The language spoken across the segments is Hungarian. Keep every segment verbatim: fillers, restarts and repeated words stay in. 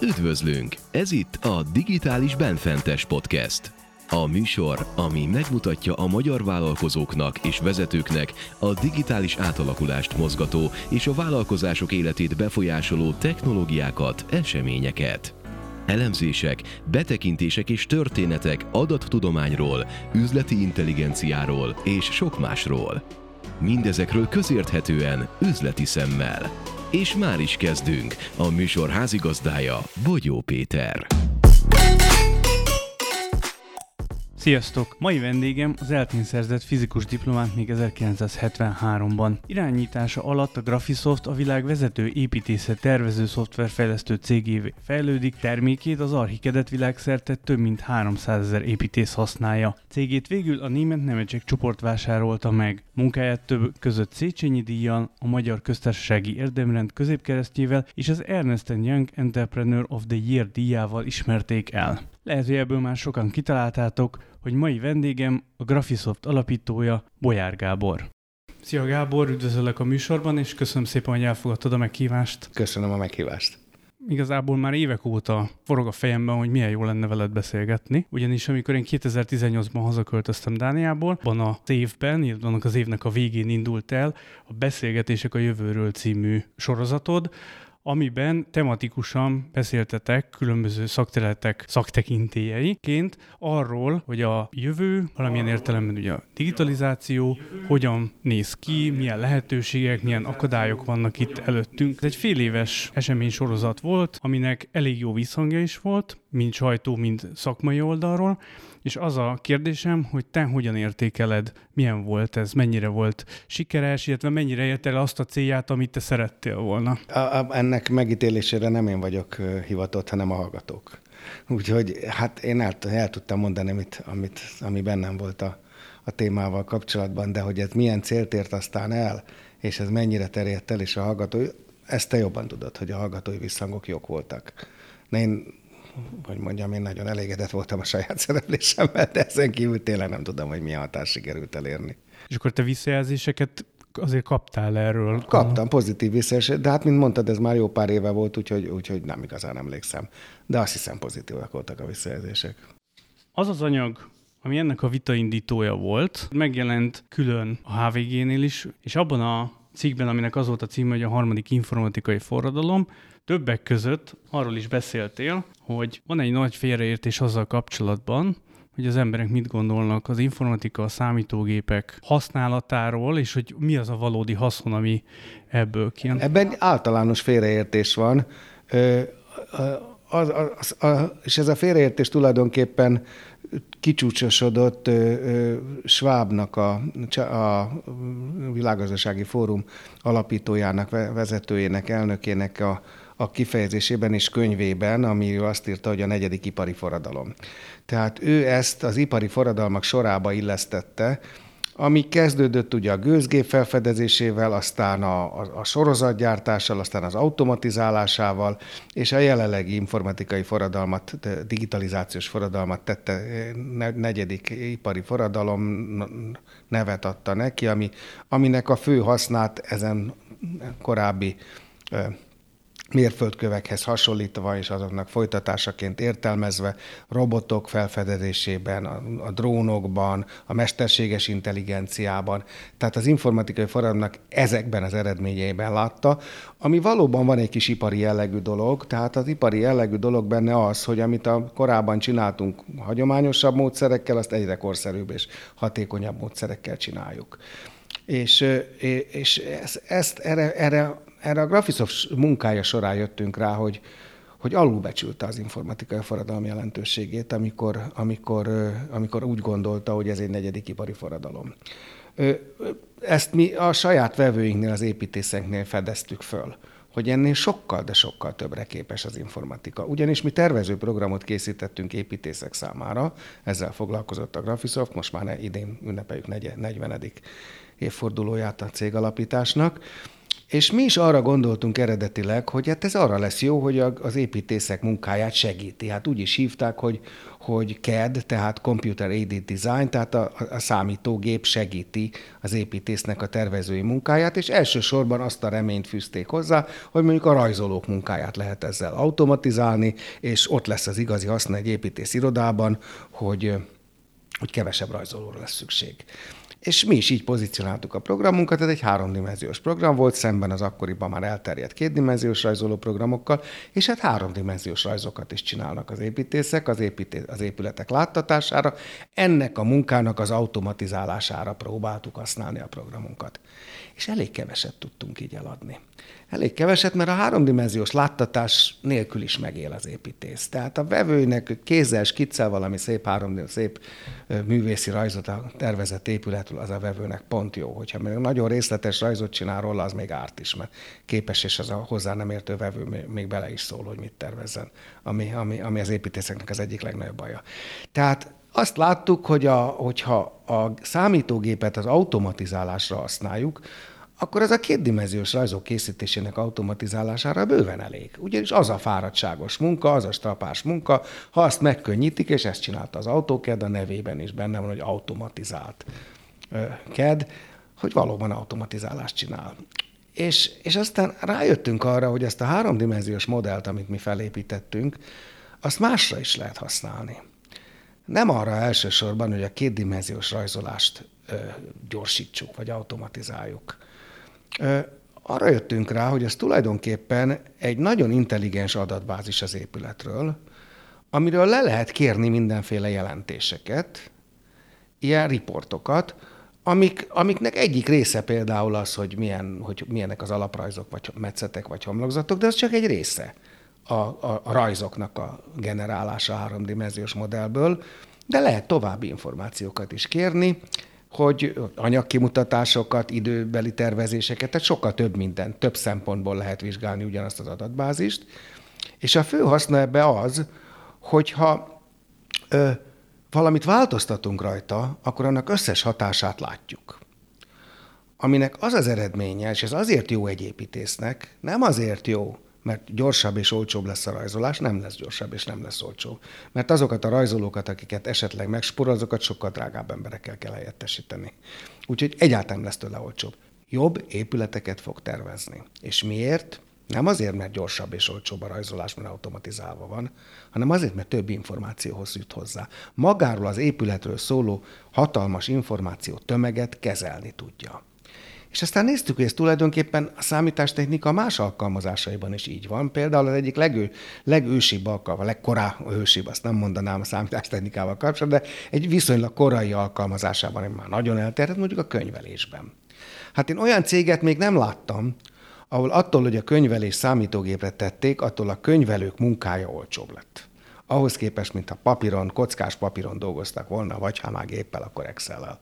Üdvözlünk! Ez itt a Digitális Benfentes Podcast. A műsor, ami megmutatja a magyar vállalkozóknak és vezetőknek a digitális átalakulást mozgató és a vállalkozások életét befolyásoló technológiákat, eseményeket. Elemzések, betekintések és történetek adattudományról, üzleti intelligenciáról és sok másról. Mindezekről közérthetően, üzleti szemmel. És már is kezdünk. A műsor házigazdája Bogyó Péter. Sziasztok! Mai vendégem az é el té-n szerzett fizikus diplomát még ezerkilencszázhetvenháromban. Irányítása alatt a Graphisoft a világ vezető építészet tervező szoftverfejlesztő cégévé fejlődik, termékét az Archicad-et világszerte több mint háromszázezer építész használja. Cégét végül a német Nemetschek csoport vásárolta meg. Munkáját több között Széchenyi díjjal, a Magyar Köztársasági Érdemrend középkeresztjével és az Ernst and Young Entrepreneur of the Year díjával ismerték el. Lehet, hogy ebből már sokan kitaláltátok, hogy mai vendégem a Graphisoft alapítója, Bolyár Gábor. Szia Gábor, üdvözöllek a műsorban, és köszönöm szépen, hogy elfogadtad a meghívást. Köszönöm a meghívást. Igazából már évek óta forog a fejemben, hogy milyen jó lenne veled beszélgetni, ugyanis amikor én kétezer-tizennyolcban hazaköltöztem Dániából, abban az évben, illetve annak az évnek a végén indult el a Beszélgetések a jövőről című sorozatod, amiben tematikusan beszéltetek különböző szakterületek szaktekintélyeiként arról, hogy a jövő, valamilyen értelemben ugye a digitalizáció hogyan néz ki, milyen lehetőségek, milyen akadályok vannak itt előttünk. Ez egy fél éves eseménysorozat volt, aminek elég jó visszhangja is volt, mind sajtó, mind szakmai oldalról, és az a kérdésem, hogy te hogyan értékeled, milyen volt ez, mennyire volt sikeres, illetve mennyire ért el azt a célját, amit te szerettél volna? A, a, ennek megítélésére nem én vagyok hivatott, hanem a hallgatók. Úgyhogy hát én el, el tudtam mondani, amit, amit, ami bennem volt a, a témával kapcsolatban, de hogy ez milyen célt ért aztán el, és ez mennyire terjedt el, és a hallgatói, ezt te jobban tudod, hogy a hallgatói visszhangok jók voltak. De én hogy mondjam, én nagyon elégedett voltam a saját szereplésemmel, de ezen kívül tényleg nem tudom, hogy milyen hatást sikerült elérni. És akkor te visszajelzéseket azért kaptál erről? Kaptam pozitív visszajelzéseket, de hát, mint mondtad, ez már jó pár éve volt, úgyhogy, úgyhogy nem igazán emlékszem. De azt hiszem pozitívak voltak a visszajelzések. Az az anyag, ami ennek a vitaindítója volt, megjelent külön a há vé gé-nél is, és abban a cikkben, aminek az volt a címe, hogy a harmadik informatikai forradalom, többek között arról is beszéltél, hogy van egy nagy félreértés azzal kapcsolatban, hogy az emberek mit gondolnak az informatika, a számítógépek használatáról, és hogy mi az a valódi haszon, ami ebből kijön. Ebben általános félreértés van, az, az, az, és ez a félreértés tulajdonképpen kicsúcsosodott Schwabnak, a, a Világgazdasági Fórum alapítójának, vezetőjének, elnökének a a kifejezésében és könyvében, ami azt írta, hogy a negyedik ipari forradalom. Tehát ő ezt az ipari forradalmak sorába illesztette, ami kezdődött ugye a gőzgép felfedezésével, aztán a, a, a sorozatgyártással, aztán az automatizálásával, és a jelenlegi informatikai forradalmat, digitalizációs forradalmat tette, negyedik ipari forradalom nevet adta neki, ami, aminek a fő hasznát ezen korábbi mérföldkövekhez hasonlítva és azoknak folytatásaként értelmezve robotok felfedezésében, a, a drónokban, a mesterséges intelligenciában, tehát az informatikai forradalomnak ezekben az eredményeiben látta, ami valóban van egy kis ipari jellegű dolog, tehát az ipari jellegű dolog benne az, hogy amit a korábban csináltunk hagyományosabb módszerekkel, azt egyre korszerűbb és hatékonyabb módszerekkel csináljuk. És, és ezt, ezt erre, erre Erre a Graphisoft munkája során jöttünk rá, hogy, hogy alulbecsülte az informatikai forradalom jelentőségét, amikor, amikor, amikor úgy gondolta, hogy ez egy negyedik ipari forradalom. Ezt mi a saját vevőinknél, az építészeknél fedeztük föl, hogy ennél sokkal, de sokkal többre képes az informatika. Ugyanis mi tervezőprogramot készítettünk építészek számára, ezzel foglalkozott a Graphisoft, most már idén ünnepeljük negyvenedik évfordulóját a cégalapításnak, És mi is arra gondoltunk eredetileg, hogy hát ez arra lesz jó, hogy az építészek munkáját segíti. Hát úgy is hívták, hogy, hogy C A D, tehát Computer Aided Design, tehát a, a számítógép segíti az építésznek a tervezői munkáját, és elsősorban azt a reményt fűzték hozzá, hogy mondjuk a rajzolók munkáját lehet ezzel automatizálni, és ott lesz az igazi haszna egy építész irodában, hogy, hogy kevesebb rajzolóra lesz szükség. És mi is így pozícionáltuk a programunkat, ez egy háromdimenziós program volt, szemben az akkoriban már elterjedt kétdimenziós rajzoló programokkal, és hát háromdimenziós rajzokat is csinálnak az építészek az, építé- az épületek láttatására. Ennek a munkának az automatizálására próbáltuk használni a programunkat. És elég keveset tudtunk így eladni. Elég keveset, mert a háromdimenziós láttatás nélkül is megél az építész. Tehát a vevőnek kézzel skiccel valami szép három, szép művészi rajzot a tervezett épületről, az a vevőnek pont jó. Hogyha még nagyon részletes rajzot csinál róla, az még árt is, mert képes, és az a hozzá nem értő vevő még bele is szól, hogy mit tervezzen, ami, ami, ami az építészeknek az egyik legnagyobb baja. Tehát azt láttuk, hogy a, hogyha a számítógépet az automatizálásra használjuk, akkor ez a kétdimenziós rajzok készítésének automatizálására bőven elég. Ugyanis az a fáradtságos munka, az a strapás munka, ha azt megkönnyítik, és ezt csinálta az AutoCAD, a nevében is benne van, hogy automatizált C A D, hogy valóban automatizálást csinál. És, és aztán rájöttünk arra, hogy ezt a háromdimenziós modellt, amit mi felépítettünk, azt másra is lehet használni. Nem arra elsősorban, hogy a kétdimenziós rajzolást ö, gyorsítsuk, vagy automatizáljuk. Ö, arra jöttünk rá, hogy ez tulajdonképpen egy nagyon intelligens adatbázis az épületről, amiről le lehet kérni mindenféle jelentéseket, ilyen riportokat, amik, amiknek egyik része például az, hogy, milyen, hogy milyenek az alaprajzok, vagy metszetek, vagy homlokzatok, de az csak egy része a, a, a rajzoknak a generálása a háromdimenziós modellből, de lehet további információkat is kérni, hogy anyagkimutatásokat, időbeli tervezéseket, tehát sokkal több minden, több szempontból lehet vizsgálni ugyanazt az adatbázist. És a fő haszna ebbe az, hogyha ö, valamit változtatunk rajta, akkor annak összes hatását látjuk. Aminek az az eredménye, és ez azért jó egy építésznek, nem azért jó, mert gyorsabb és olcsóbb lesz a rajzolás, nem lesz gyorsabb és nem lesz olcsóbb. Mert azokat a rajzolókat, akiket esetleg megspórol, azokat sokkal drágább emberekkel kell helyettesíteni. Úgyhogy egyáltalán nem lesz tőle olcsóbb. Jobb épületeket fog tervezni. És miért? Nem azért, mert gyorsabb és olcsóbb a rajzolás, mert automatizálva van, hanem azért, mert több információhoz jut hozzá. Magáról az épületről szóló hatalmas információ tömeget kezelni tudja. És aztán néztük, hogy ez tulajdonképpen a számítástechnika más alkalmazásaiban is így van. Például az egyik legő, legősibb alkalmazás, legkorábbi ősibb, azt nem mondanám a számítástechnikával kapcsolatban, de egy viszonylag korai alkalmazásában már nagyon elterjedt, mondjuk a könyvelésben. Hát én olyan céget még nem láttam, ahol attól, hogy a könyvelés számítógépre tették, attól a könyvelők munkája olcsóbb lett. Ahhoz képest, mintha papíron, kockás papíron dolgoztak volna, vagy ha már géppel, akkor Excel-lel.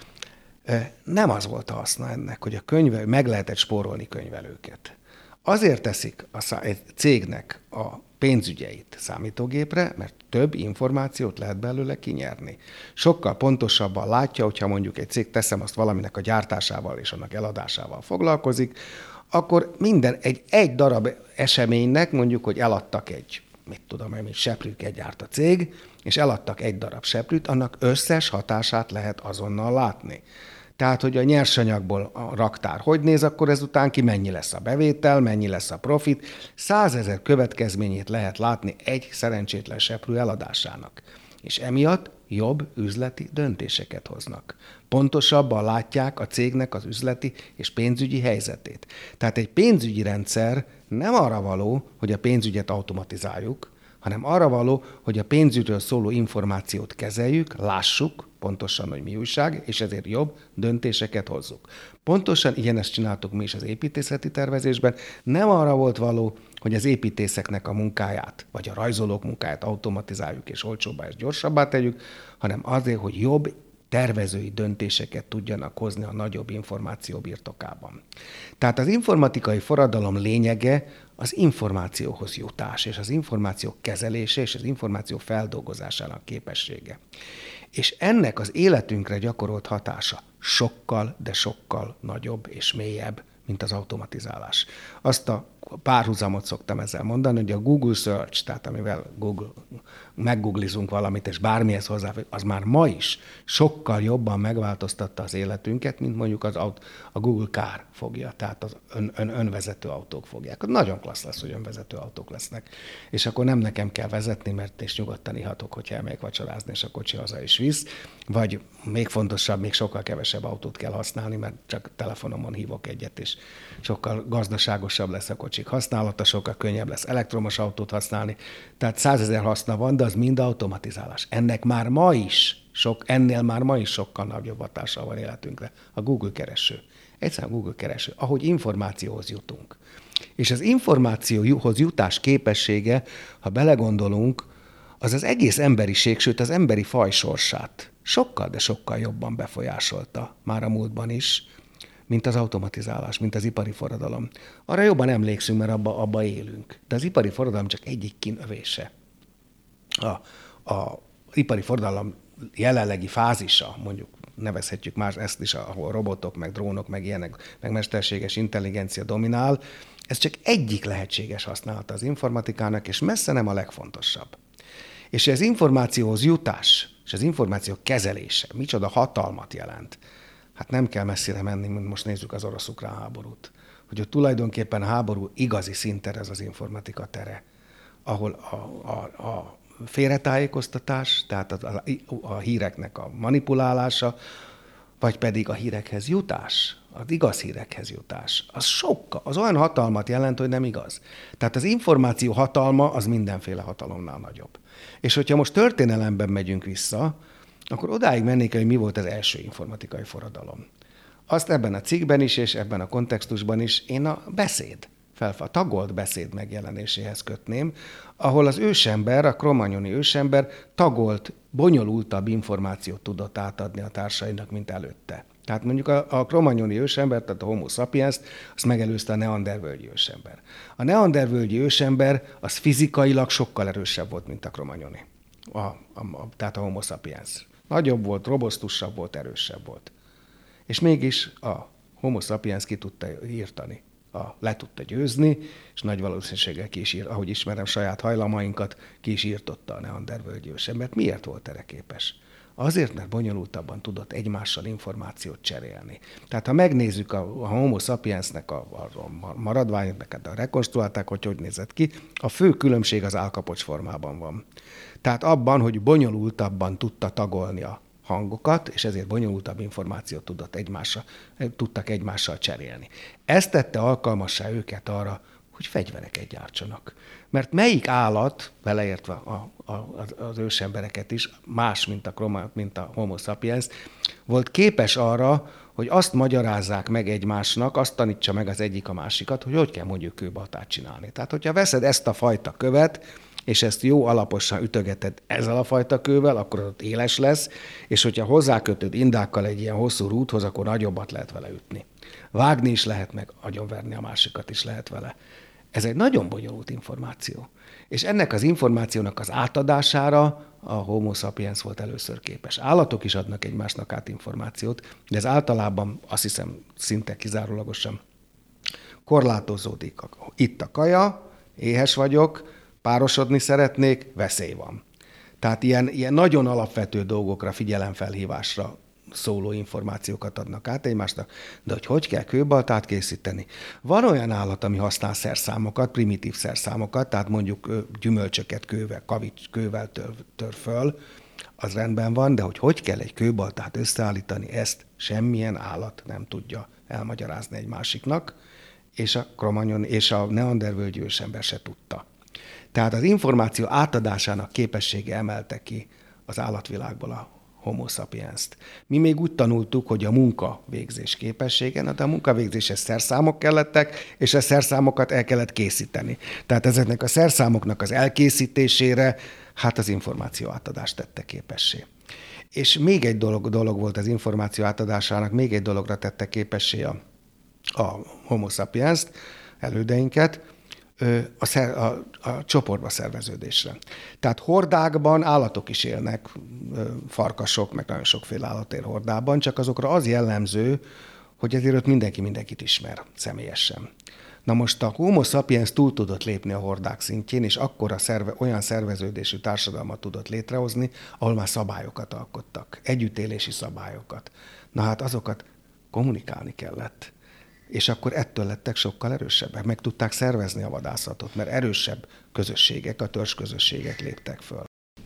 Nem az volt a haszna ennek, hogy a könyvelő, meg lehetett spórolni könyvelőket. Azért teszik a szá- egy cégnek a pénzügyeit számítógépre, mert több információt lehet belőle kinyerni. Sokkal pontosabban látja, hogyha mondjuk egy cég, teszem azt valaminek a gyártásával és annak eladásával foglalkozik, akkor minden, egy, egy darab eseménynek, mondjuk, hogy eladtak egy, mit tudom én, egy seprűket gyárt a cég, és eladtak egy darab seprűt, annak összes hatását lehet azonnal látni. Tehát, hogy a nyersanyagból a raktár hogy néz, akkor ezután ki mennyi lesz a bevétel, mennyi lesz a profit. Százezer következményét lehet látni egy szerencsétlen seprű eladásának. És emiatt jobb üzleti döntéseket hoznak. Pontosabban látják a cégnek az üzleti és pénzügyi helyzetét. Tehát egy pénzügyi rendszer nem arra való, hogy a pénzügyet automatizáljuk, hanem arra való, hogy a pénzügyről szóló információt kezeljük, lássuk pontosan, hogy mi újság, és ezért jobb döntéseket hozzuk. Pontosan ilyen ezt csináltuk mi is az építészeti tervezésben. Nem arra volt való, hogy az építészeknek a munkáját, vagy a rajzolók munkáját automatizáljuk, és olcsóbbá és gyorsabbá tegyük, hanem azért, hogy jobb tervezői döntéseket tudjanak hozni a nagyobb információ birtokában. Tehát az informatikai forradalom lényege az információhoz jutás, és az információ kezelése, és az információ feldolgozásának képessége. És ennek az életünkre gyakorolt hatása sokkal, de sokkal nagyobb és mélyebb, mint az automatizálás. Azt a párhuzamot szoktam ezzel mondani, hogy a Google Search, tehát amivel Google, meggooglizunk valamit, és bármihez hozzáfér, az már ma is sokkal jobban megváltoztatta az életünket, mint mondjuk az aut- a Google Car fogja, tehát az ön, ön, önvezető autók fogják. Nagyon klassz lesz, hogy önvezető autók lesznek. És akkor nem nekem kell vezetni, mert és nyugodtan ihatok, hogyha elmegyek vacsorázni, és a kocsi haza is visz. Vagy még fontosabb, még sokkal kevesebb autót kell használni, mert csak telefonomon hívok egyet, és sokkal gazdaságosabb lesz a kocsik használata, sokkal könnyebb lesz elektromos autót használni. Tehát százezer haszna van, de az mind automatizálás. Ennek már ma is, sok, ennél már ma is sokkal nagyobb hatással van életünkre. A Google kereső. Egyszerűen a Google kereső, ahogy információhoz jutunk. És az információhoz jutás képessége, ha belegondolunk, az az egész emberiség, sőt az emberi faj sorsát sokkal, de sokkal jobban befolyásolta már a múltban is, mint az automatizálás, mint az ipari forradalom. Arra jobban emlékszünk, mert abba, abba élünk. De az ipari forradalom csak egyik kinövése. A, a ipari forradalom jelenlegi fázisa, mondjuk nevezhetjük már ezt is, ahol robotok, meg drónok, meg ilyenek, meg mesterséges intelligencia dominál, ez csak egyik lehetséges használata az informatikának, és messze nem a legfontosabb. És az információhoz jutás, és az információ kezelése, micsoda hatalmat jelent. Hát nem kell messzire menni, mint most nézzük az orosz-ukrán háborút. Hogy ott tulajdonképpen a háború igazi szinter ez az informatika tere, ahol a, a, a félretájékoztatás, tehát a, a, a híreknek a manipulálása, vagy pedig a hírekhez jutás, az igaz hírekhez jutás, az sokkal, az olyan hatalmat jelent, hogy nem igaz. Tehát az információ hatalma az mindenféle hatalomnál nagyobb. És hogyha most történelemben megyünk vissza, akkor odáig mennék, hogy mi volt az első informatikai forradalom. Azt ebben a cikkben is, és ebben a kontextusban is én a beszéd, felfel, a tagolt beszéd megjelenéséhez kötném, ahol az ősember, a kromagnoni ősember tagolt, bonyolultabb információt tudott átadni a társainak, mint előtte. Tehát mondjuk a, a kromagnoni ősember, tehát a homo sapiens, azt megelőzte a neandervölgyi ősember. A neandervölgyi ősember az fizikailag sokkal erősebb volt, mint a kromagnoni. A, a, a, tehát a homo sapiens. Nagyobb volt, robosztusabb volt, erősebb volt. És mégis a homo sapiens ki tudta írtani, a, le tudta győzni, és nagy valószínűséggel ki is írt, ahogy ismerem saját hajlamainkat, ki is írtotta a neandervölgyi ősembert. Miért volt erre képes? Azért, mert bonyolultabban tudott egymással információt cserélni. Tehát ha megnézzük a, a homo sapiensnek a, a, a maradványot, meg a rekonstruálták, hogy hogy nézett ki, a fő különbség az állkapocs formában van. Tehát abban, hogy bonyolultabban tudta tagolni a hangokat, és ezért bonyolultabb információt tudott egymással, tudtak egymással cserélni. Ez tette alkalmassá őket arra, hogy fegyvereket gyártsanak. Mert melyik állat, beleértve a, a, az ősembereket is, más, mint a, kroma, mint a homo sapiens, volt képes arra, hogy azt magyarázzák meg egymásnak, azt tanítsa meg az egyik a másikat, hogy hogy kell mondjuk kőbaltát csinálni. Tehát, hogyha veszed ezt a fajta követ, és ezt jó alaposan ütögeted ezzel a fajta kővel, akkor ott éles lesz, és hogyha hozzákötöd indákkal egy ilyen hosszú rúthoz, akkor nagyobbat lehet vele ütni. Vágni is lehet, meg agyonverni a másikat is lehet vele. Ez egy nagyon bonyolult információ. És ennek az információnak az átadására a homo sapiens volt először képes. Állatok is adnak egymásnak át információt, de ez általában azt hiszem szinte kizárólagosan korlátozódik. Itt a kaja, éhes vagyok, párosodni szeretnék, veszély van. Tehát ilyen, ilyen nagyon alapvető dolgokra, figyelemfelhívásra szóló információkat adnak át egymásnak, de hogy hogy kell kőbaltát készíteni. Van olyan állat, ami használ szerszámokat, primitív szerszámokat, tehát mondjuk gyümölcsöket kővel, kavics kővel tör, tör föl, az rendben van, de hogy hogy kell egy kőbaltát összeállítani, ezt semmilyen állat nem tudja elmagyarázni egy másiknak, és a kromagnon és a neandervölgyi ősember se tudta. Tehát az információ átadásának képessége emelte ki az állatvilágból a homo sapienst. Mi még úgy tanultuk, hogy a munkavégzés képessége, de a munkavégzéshez szerszámok kellettek, és a szerszámokat el kellett készíteni. Tehát ezeknek a szerszámoknak az elkészítésére hát az információ átadást tette képessé. És még egy dolog, dolog volt az információ átadásának, még egy dologra tette képessé a, a homo sapienst, elődeinket, A, szer, a, a csoportba szerveződésre. Tehát hordákban állatok is élnek, farkasok, meg nagyon sokféle állat él hordában, csak azokra az jellemző, hogy ezért ott mindenki mindenkit ismer személyesen. Na most a Homo sapiens túl tudott lépni a hordák szintjén, és akkora szerve, olyan szerveződésű társadalmat tudott létrehozni, ahol már szabályokat alkottak, együttélési szabályokat. Na hát azokat kommunikálni kellett. És akkor ettől lettek sokkal erősebbek. Meg tudták szervezni a vadászatot, mert erősebb közösségek, a törzsközösségek léptek föl.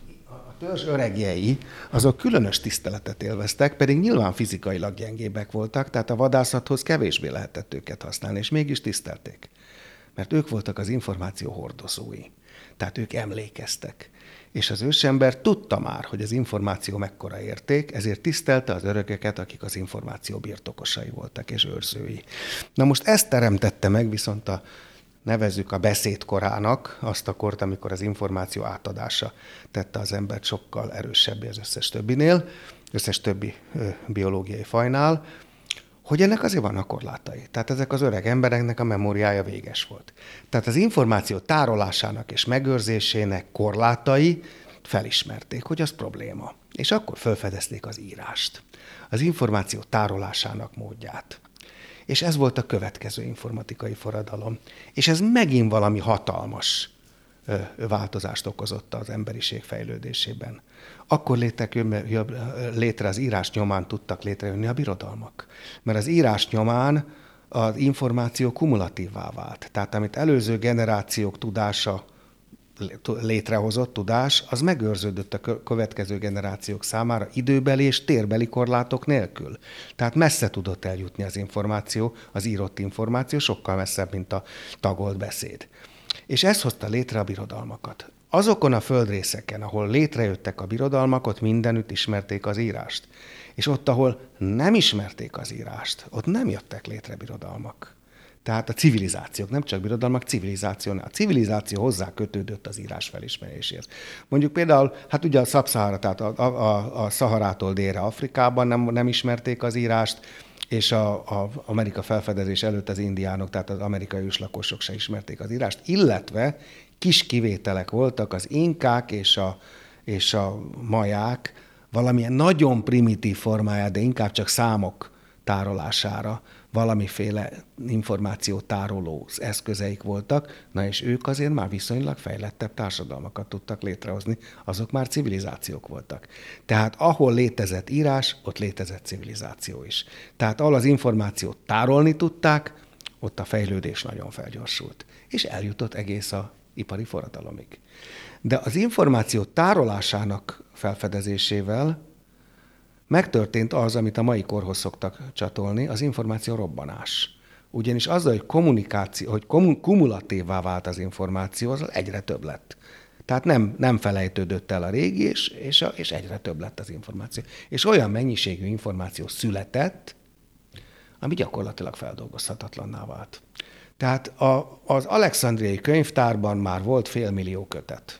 A törzs öregjei, azok különös tiszteletet élveztek, pedig nyilván fizikailag gyengébbek voltak, tehát a vadászathoz kevésbé lehetett őket használni, és mégis tisztelték. Mert ők voltak az információ hordozói. Tehát ők emlékeztek. És az ősember tudta már, hogy az információ mekkora érték, ezért tisztelte az öregeket, akik az információ birtokosai voltak és őrzői. Na most ezt teremtette meg viszont a nevezzük a beszédkorának, azt a kort, amikor az információ átadása tette az embert sokkal erősebbé az összes többinél, összes többi ö, biológiai fajnál, hogy ennek azért vannak korlátai. Tehát ezek az öreg embereknek a memóriája véges volt. Tehát az információ tárolásának és megőrzésének korlátai felismerték, hogy az probléma. És akkor felfedezték az írást, az információ tárolásának módját. És ez volt a következő informatikai forradalom. És ez megint valami hatalmas ö, változást okozott az emberiség fejlődésében. Akkor létek, létre az írás nyomán tudtak létrejönni a birodalmak. Mert az írás nyomán az információ kumulatívvá vált. Tehát amit előző generációk tudása létrehozott tudás, az megőrződött a következő generációk számára időbeli és térbeli korlátok nélkül. Tehát messze tudott eljutni az információ, az írott információ, sokkal messzebb, mint a tagolt beszéd. És ez hozta létre a birodalmakat. Azokon a földrészeken, ahol létrejöttek a birodalmak, ott mindenütt ismerték az írást. És ott, ahol nem ismerték az írást, ott nem jöttek létre birodalmak. Tehát a civilizációk, nem csak birodalmak, civilizáció. A civilizáció hozzá kötődött az írás felismeréséhez. Mondjuk például, hát ugye a Szab-Szahara, tehát a, a, a Szaharától délre Afrikában nem, nem ismerték az írást, és a, a Amerika felfedezés előtt az indiánok, tehát az amerikai őslakosok se ismerték az írást, illetve kis kivételek voltak, az inkák és a, és a maják valamilyen nagyon primitív formáját, de inkább csak számok tárolására valamiféle információtároló eszközeik voltak, na és ők azért már viszonylag fejlettebb társadalmakat tudtak létrehozni, azok már civilizációk voltak. Tehát ahol létezett írás, ott létezett civilizáció is. Tehát ahol az információt tárolni tudták, ott a fejlődés nagyon felgyorsult, és eljutott egész a ipari forradalomig. De az információ tárolásának felfedezésével megtörtént az, amit a mai korhoz szoktak csatolni, az információ robbanás. Ugyanis azzal, hogy kommunikáció, hogy kumulatívvá vált az információ, az egyre több lett. Tehát nem, nem felejtődött el a régi, és, és, a, és egyre több lett az információ. És olyan mennyiségű információ született, ami gyakorlatilag feldolgozhatatlanná vált. Tehát a, az alexandriai könyvtárban már volt félmillió kötet.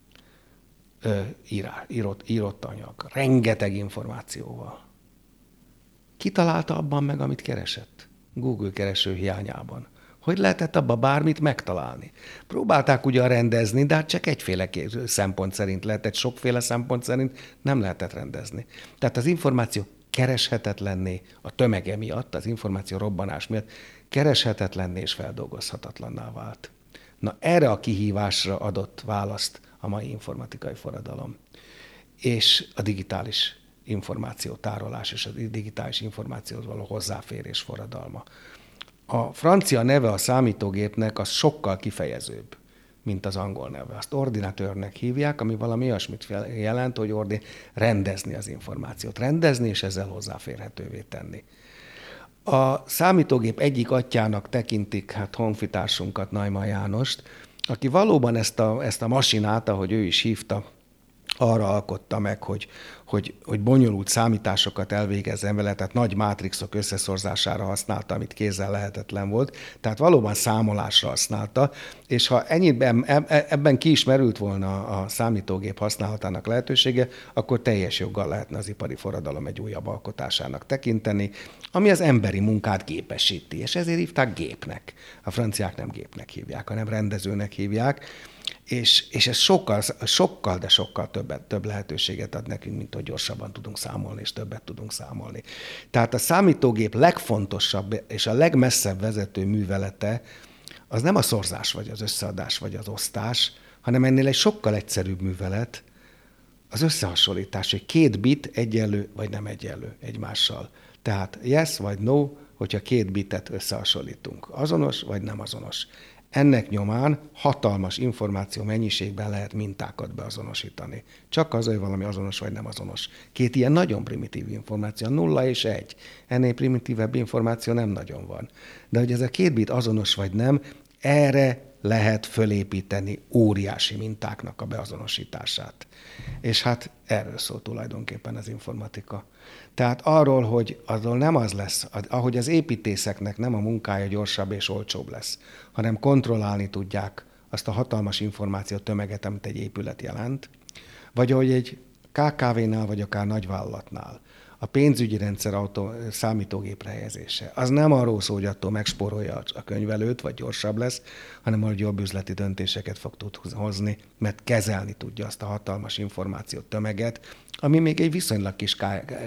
Írá, írott, írott anyag, rengeteg információval. Ki találta abban meg, amit keresett? Google kereső hiányában. Hogy lehetett abban bármit megtalálni? Próbálták ugyan rendezni, de hát csak egyféle szempont szerint lehetett, sokféle szempont szerint nem lehetett rendezni. Tehát az információ kereshetetlenné a tömege miatt, az információ robbanás miatt kereshetetlenné és feldolgozhatatlanná vált. Na erre a kihívásra adott választ a mai informatikai forradalom, és a digitális információtárolás és a digitális információhoz való hozzáférés forradalma. A francia neve a számítógépnek az sokkal kifejezőbb, mint az angol neve. Azt ordinatőrnek hívják, ami valami olyasmit jelent, hogy ordin rendezni az információt, rendezni és ezzel hozzáférhetővé tenni. A számítógép egyik atyának tekintik hát honfitársunkat, Neumann Jánost, aki valóban ezt a, ezt a masinát, ahogy ő is hívta, arra alkotta meg, hogy, hogy, hogy bonyolult számításokat elvégezzen vele, tehát nagy mátrixok összeszorzására használta, amit kézzel lehetetlen volt, tehát valóban számolásra használta, és ha ennyiben, ebben ki is merült volna a számítógép használatának lehetősége, akkor teljes joggal lehetne az ipari forradalom egy újabb alkotásának tekinteni, ami az emberi munkát gépesíti, és ezért hívták gépnek. A franciák nem gépnek hívják, hanem rendezőnek hívják, És, és ez sokkal, sokkal, de sokkal többet, több lehetőséget ad nekünk, mint hogy gyorsabban tudunk számolni, és többet tudunk számolni. Tehát a számítógép legfontosabb és a legmesszebb vezető művelete az nem a szorzás, vagy az összeadás, vagy az osztás, hanem ennél egy sokkal egyszerűbb művelet, az összehasonlítás, hogy két bit egyenlő, vagy nem egyenlő egymással. Tehát yes vagy no, hogyha két bitet összehasonlítunk. Azonos, vagy nem azonos. Ennek nyomán hatalmas információ mennyiségben lehet mintákat beazonosítani. Csak az, hogy valami azonos vagy nem azonos. Két ilyen nagyon primitív információ, nulla és egy. Ennél primitívebb információ nem nagyon van. De hogy ez a két bit azonos vagy nem, erre lehet fölépíteni óriási mintáknak a beazonosítását. És hát erről szól tulajdonképpen az informatika. Tehát arról, hogy azon nem az lesz, ahogy az építészeknek nem a munkája gyorsabb és olcsóbb lesz, hanem kontrollálni tudják azt a hatalmas információ tömeget, amit egy épület jelent, vagy ahogy egy ká ká vénál, vagy akár nagyvállalatnál a pénzügyi rendszer autó, számítógépre helyezése. Az nem arról szól, hogy attól megspórolja a könyvelőt, vagy gyorsabb lesz, hanem hogy jobb üzleti döntéseket fog tud hozni, mert kezelni tudja azt a hatalmas információ tömeget, ami még egy viszonylag kis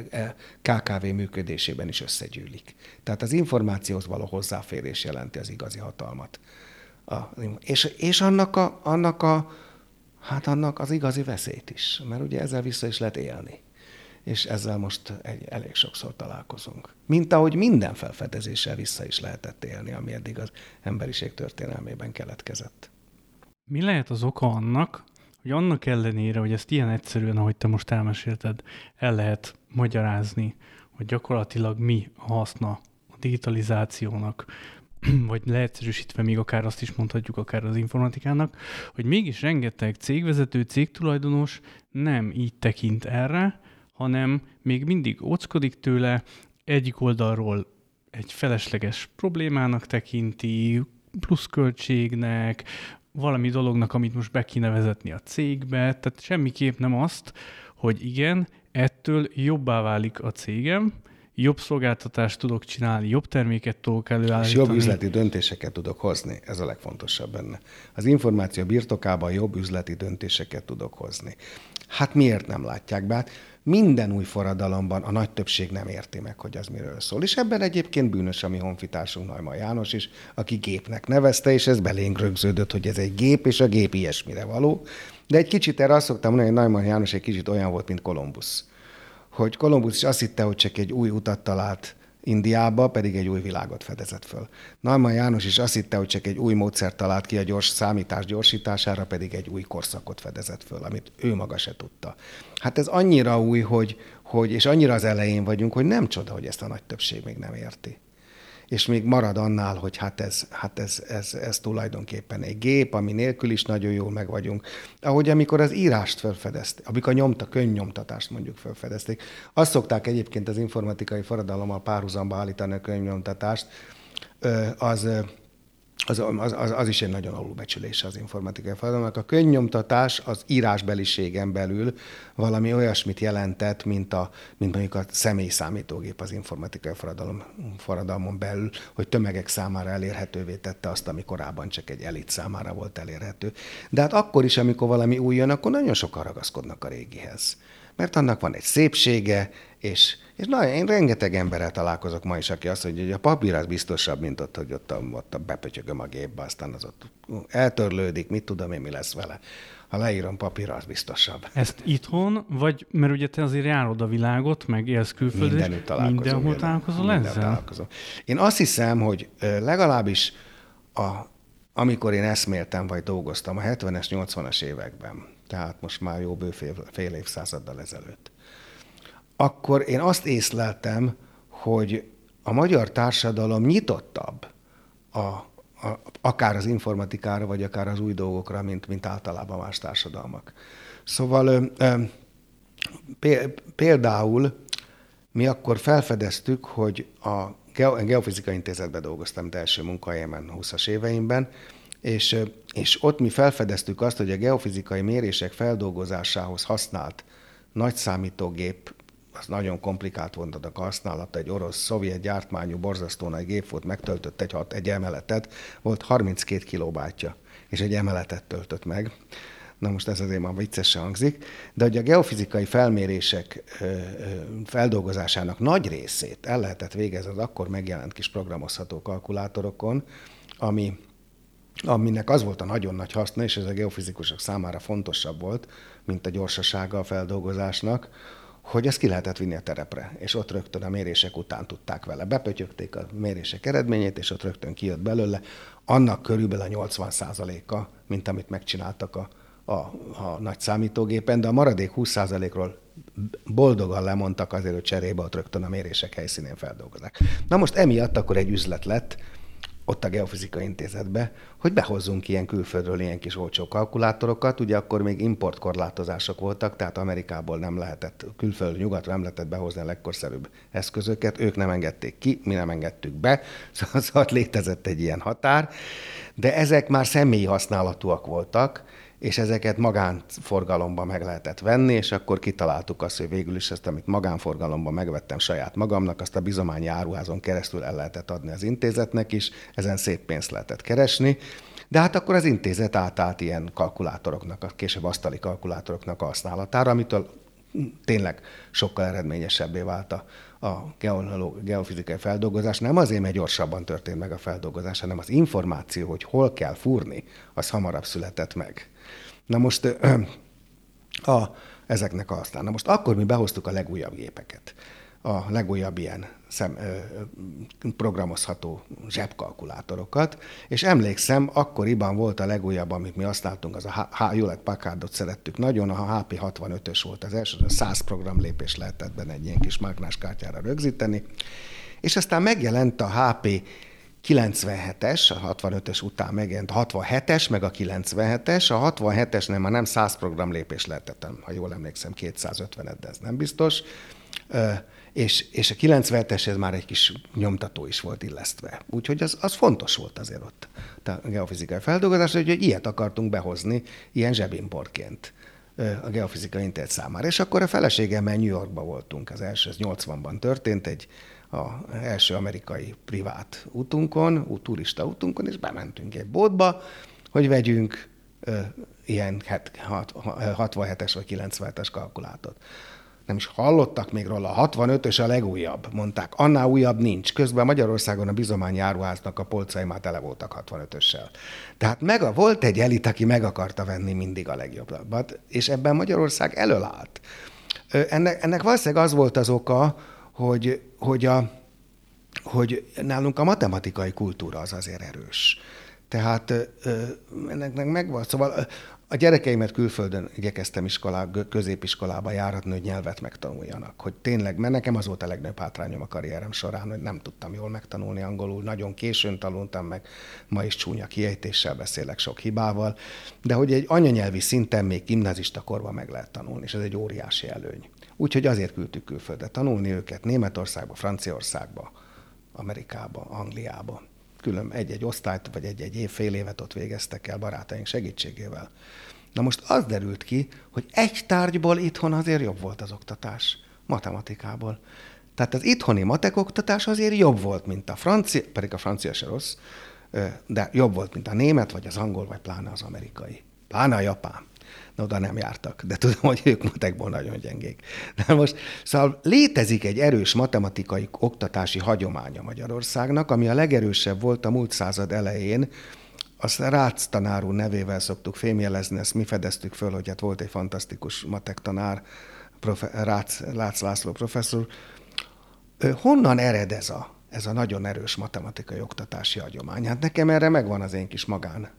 ká ká vé működésében is összegyűlik. Tehát az információhoz való hozzáférés jelenti az igazi hatalmat. A, és, és annak, a, annak, a, hát annak az igazi veszélyt is, mert ugye ezzel vissza is lehet élni. És ezzel most egy, elég sokszor találkozunk. Mint ahogy minden felfedezéssel vissza is lehetett élni, ami eddig az emberiség történelmében keletkezett. Mi lehet az oka annak, hogy annak ellenére, hogy ezt ilyen egyszerűen, ahogy te most elmesélted, el lehet magyarázni, hogy gyakorlatilag mi a haszna a digitalizációnak, vagy leegyszerűsítve még akár azt is mondhatjuk, akár az informatikának, hogy mégis rengeteg cégvezető, cégtulajdonos nem így tekint erre, hanem még mindig óckodik tőle, egyik oldalról egy felesleges problémának tekinti, pluszköltségnek, valami dolognak, amit most be kéne vezetni a cégbe, tehát semmiképp nem azt, hogy igen, ettől jobbá válik a cégem, jobb szolgáltatást tudok csinálni, jobb terméket tudok előállítani. És jobb üzleti döntéseket tudok hozni, ez a legfontosabb benne. Az információ birtokában jobb üzleti döntéseket tudok hozni. Hát miért nem látják be? Hát minden új forradalomban a nagy többség nem érti meg, hogy az miről szól. És ebben egyébként bűnös a mi honfitársunk Neumann János is, aki gépnek nevezte, és ez belénk rögződött, hogy ez egy gép, és a gép ilyesmire való. De egy kicsit erre azt szoktam mondani, hogy Neumann János egy kicsit olyan volt, mint Kolumbusz. Hogy Kolumbusz is azt hitte, hogy csak egy új utat talált Indiába, pedig egy új világot fedezett föl. Neumann János is azt hitte, hogy csak egy új módszert talált ki a gyors számítás gyorsítására, pedig egy új korszakot fedezett föl, amit ő maga se tudta. Hát ez annyira új, hogy, hogy, és annyira az elején vagyunk, hogy nem csoda, hogy ezt a nagy többség még nem érti. És még marad annál, hogy hát ez, hát ez, ez, ez tulajdonképpen egy gép, ami nélkül is nagyon jól meg vagyunk. Ahogy amikor az írást felfedezték, amikor a nyomta, könyvnyomtatást mondjuk felfedezték, azt szokták egyébként az informatikai forradalommal párhuzamba állítani a könyvnyomtatást, az, az, az, az, az is egy nagyon alulbecsülése az informatikai forradalomnak. A könyvnyomtatás az írásbeliségen belül valami olyasmit jelentett, mint, a, mint mondjuk a személyi számítógép az informatikai forradalom, forradalmon belül, hogy tömegek számára elérhetővé tette azt, ami korábban csak egy elit számára volt elérhető. De hát akkor is, amikor valami új jön, akkor nagyon sokan ragaszkodnak a régihez. Mert annak van egy szépsége, és, és na, én rengeteg emberrel találkozok ma is, aki azt mondja, hogy a papír az biztosabb, mint ott, hogy ott, ott bepötyögöm a gépbe, aztán az ott eltörlődik, mit tudom én, mi lesz vele. Ha leírom papírra, az biztosabb. Ezt itthon, vagy, mert ugye te azért járod a világot, meg élsz külföldön, mindenütt találkozom. Mindenhol találkozol ezzel? Találkozom. Én azt hiszem, hogy legalábbis a, amikor én eszméltem, vagy dolgoztam a hetvenes, nyolcvanas években, tehát most már jó bő fél, fél évszázaddal ezelőtt, akkor én azt észleltem, hogy a magyar társadalom nyitottabb a, a, akár az informatikára, vagy akár az új dolgokra, mint, mint általában más társadalmak. Szóval például mi akkor felfedeztük, hogy a Geofizikai Intézetben dolgoztam, mint első munkahelyemen húszas éveimben, és, és ott mi felfedeztük azt, hogy a geofizikai mérések feldolgozásához használt nagy számítógép az nagyon komplikált volt a használata, egy orosz-szovjet gyártmányú borzasztó nagy gép volt, megtöltött egy, hat, egy emeletet, volt harminckét kilobájtja, és egy emeletet töltött meg. Na most ez azért már viccesen hangzik, de hogy a geofizikai felmérések feldolgozásának nagy részét el lehetett végezni az akkor megjelent kis programozható kalkulátorokon, ami, aminek az volt a nagyon nagy haszna, és ez a geofizikusok számára fontosabb volt, mint a gyorsasága a feldolgozásnak, hogy ezt ki lehetett vinni a terepre, és ott rögtön a mérések után tudták vele. Bepötyögték a mérések eredményét, és ott rögtön kijött belőle annak körülbelül a nyolcvan százaléka, mint amit megcsináltak a A, a nagy számítógépen, de a maradék húsz százalékról boldogan lemondtak azért, hogy cserébe ott rögtön a mérések helyszínén feldolgozzák. Na most emiatt akkor egy üzlet lett ott a Geofizikai Intézetbe, hogy behozzunk ilyen külföldről ilyen kis olcsó kalkulátorokat, ugye akkor még importkorlátozások voltak, tehát Amerikából nem lehetett, külföldről nyugatra nem lehetett behozni a legkorszerűbb eszközöket, ők nem engedték ki, mi nem engedtük be, szóval létezett egy ilyen határ, de ezek már személyi használatúak voltak, és ezeket magánforgalomban meg lehetett venni, és akkor kitaláltuk azt, hogy végül is ezt, amit magánforgalomban megvettem saját magamnak, azt a bizományi áruházon keresztül el lehetett adni az intézetnek is, ezen szép pénzt lehetett keresni, de hát akkor az intézet átállt ilyen kalkulátoroknak, a később asztali kalkulátoroknak a használatára, amitől tényleg sokkal eredményesebbé vált a, a geofizikai feldolgozás. Nem azért, mert gyorsabban történt meg a feldolgozás, hanem az információ, hogy hol kell fúrni, az hamarabb született meg. Na most a, ezeknek a használ. Na most akkor mi behoztuk a legújabb gépeket, a legújabb ilyen szem, ö, programozható zsebkalkulátorokat, és emlékszem, akkoriban volt a legújabb, amit mi használtunk, az a Hewlett Packardot szerettük nagyon, a há pé hatvanötös volt az első, száz programlépés lehetett benne egy ilyen kis mágnáskártyára rögzíteni, és aztán megjelent a há pé kilencvenhetes, a hatvanötös után megjelent a hatvanhetes, meg a kilencvenhetes. A hatvanhetesnél már nem száz programlépés lehetett, ha jól emlékszem, kétszázötven, de ez nem biztos. És, és a kilencvenhetes ez már egy kis nyomtató is volt illesztve. Úgyhogy az, az fontos volt azért ott a geofizikai feldolgozás, hogy ilyet akartunk behozni, ilyen zsebimportként a Geofizikai Intézet számára. És akkor a feleségemmel New Yorkban voltunk, az első, ez nyolcvanban történt, egy az első amerikai privát útunkon, turista útunkon, és bementünk egy bótba, hogy vegyünk ö, ilyen hatvanhetes vagy kilencvenhetes kalkulátort. Nem is hallottak még róla, a hatvanötös a legújabb, mondták, annál újabb nincs. Közben Magyarországon a bizományi áruháznak a polcai már tele voltak hatvanötössel. Tehát meg, volt egy elit, aki meg akarta venni mindig a legjobbat, és ebben Magyarország elölállt. Ennek, ennek valószínűleg az volt az oka, hogy, hogy, a, hogy nálunk a matematikai kultúra az azért erős. Tehát ennek megvan, szóval a gyerekeimet külföldön igyekeztem iskolá, középiskolába járatni, hogy nyelvet megtanuljanak. Hogy tényleg, mert nekem az volt a legnagyobb hátrányom a karrierem során, hogy nem tudtam jól megtanulni angolul, nagyon későn tanultam meg, ma is csúnya kiejtéssel beszélek, sok hibával, de hogy egy anyanyelvi szinten még gimnazista korban meg lehet tanulni, és ez egy óriási előny. Úgyhogy azért küldtük külföldre tanulni őket, Németországba, Franciaországba, Amerikába, Angliába. Külön egy-egy osztályt, vagy egy-egy év, fél évet ott végeztek el barátaink segítségével. Na most az derült ki, hogy egy tárgyból itthon azért jobb volt az oktatás, matematikából. Tehát az itthoni matek oktatás azért jobb volt, mint a francia, pedig a francia se rossz, de jobb volt, mint a német, vagy az angol, vagy pláne az amerikai. Pláne a japán. Na, oda nem jártak, de tudom, hogy ők matekból nagyon gyengék. De most, szóval létezik egy erős matematikai oktatási hagyománya Magyarországnak, ami a legerősebb volt a múlt század elején. Azt Rácz tanár úr nevével szoktuk fémjelezni, ezt mi fedeztük föl, hogy hát volt egy fantasztikus matek tanár, profe, Rácz, Rácz László professzor. Honnan ered ez a, ez a nagyon erős matematikai oktatási hagyomány? Hát nekem erre megvan az én kis magán.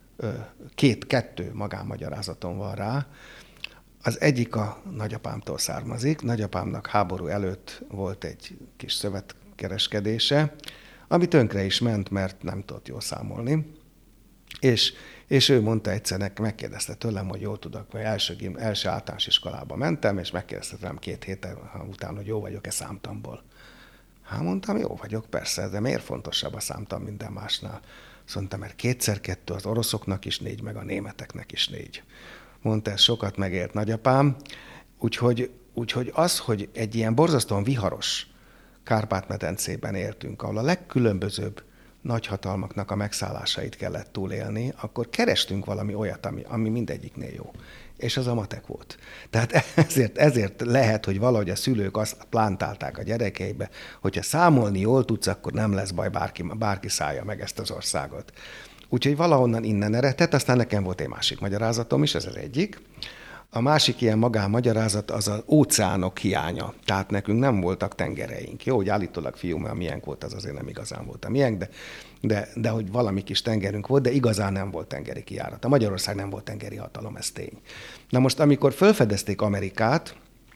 Két-kettő magánmagyarázatom van rá. Az egyik a nagyapámtól származik. Nagyapámnak háború előtt volt egy kis szövetkereskedése, ami tönkre is ment, mert nem tudott jól számolni. És, és ő mondta egyszer, megkérdezte tőlem, hogy jól tudok, vagy első, első általános iskolába mentem, és megkérdezte tőlem két héten után, hogy jó vagyok-e számtamból. Hát mondtam, jó vagyok, persze, de miért fontosabb a számtam minden másnál? Azt mondta, mert kétszer kettő az oroszoknak is négy, meg a németeknek is négy. Mondta, ez sokat megért nagyapám, úgyhogy úgyhogy az, hogy egy ilyen borzasztóan viharos Kárpát-medencében éltünk, ahol a legkülönbözőbb nagyhatalmaknak a megszállásait kellett túlélni, akkor kerestünk valami olyat, ami, ami mindegyiknél jó. És az a matek volt. Tehát ezért, ezért lehet, hogy valahogy a szülők azt plántálták a gyerekeibe, hogyha számolni jól tudsz, akkor nem lesz baj, bárki, bárki szállja meg ezt az országot. Úgyhogy valahonnan innen eredett, aztán nekem volt egy másik magyarázatom is, ez az egyik. A másik ilyen magánmagyarázat az az óceánok hiánya. Tehát nekünk nem voltak tengereink. Jó, hogy állítólag fiú, mert a miénk volt, az azért nem igazán volt a miénk, de, de, de hogy valami kis tengerünk volt, de igazán nem volt tengeri kijárat. A Magyarország nem volt tengeri hatalom, ez tény. Na most, amikor felfedezték Amerikát,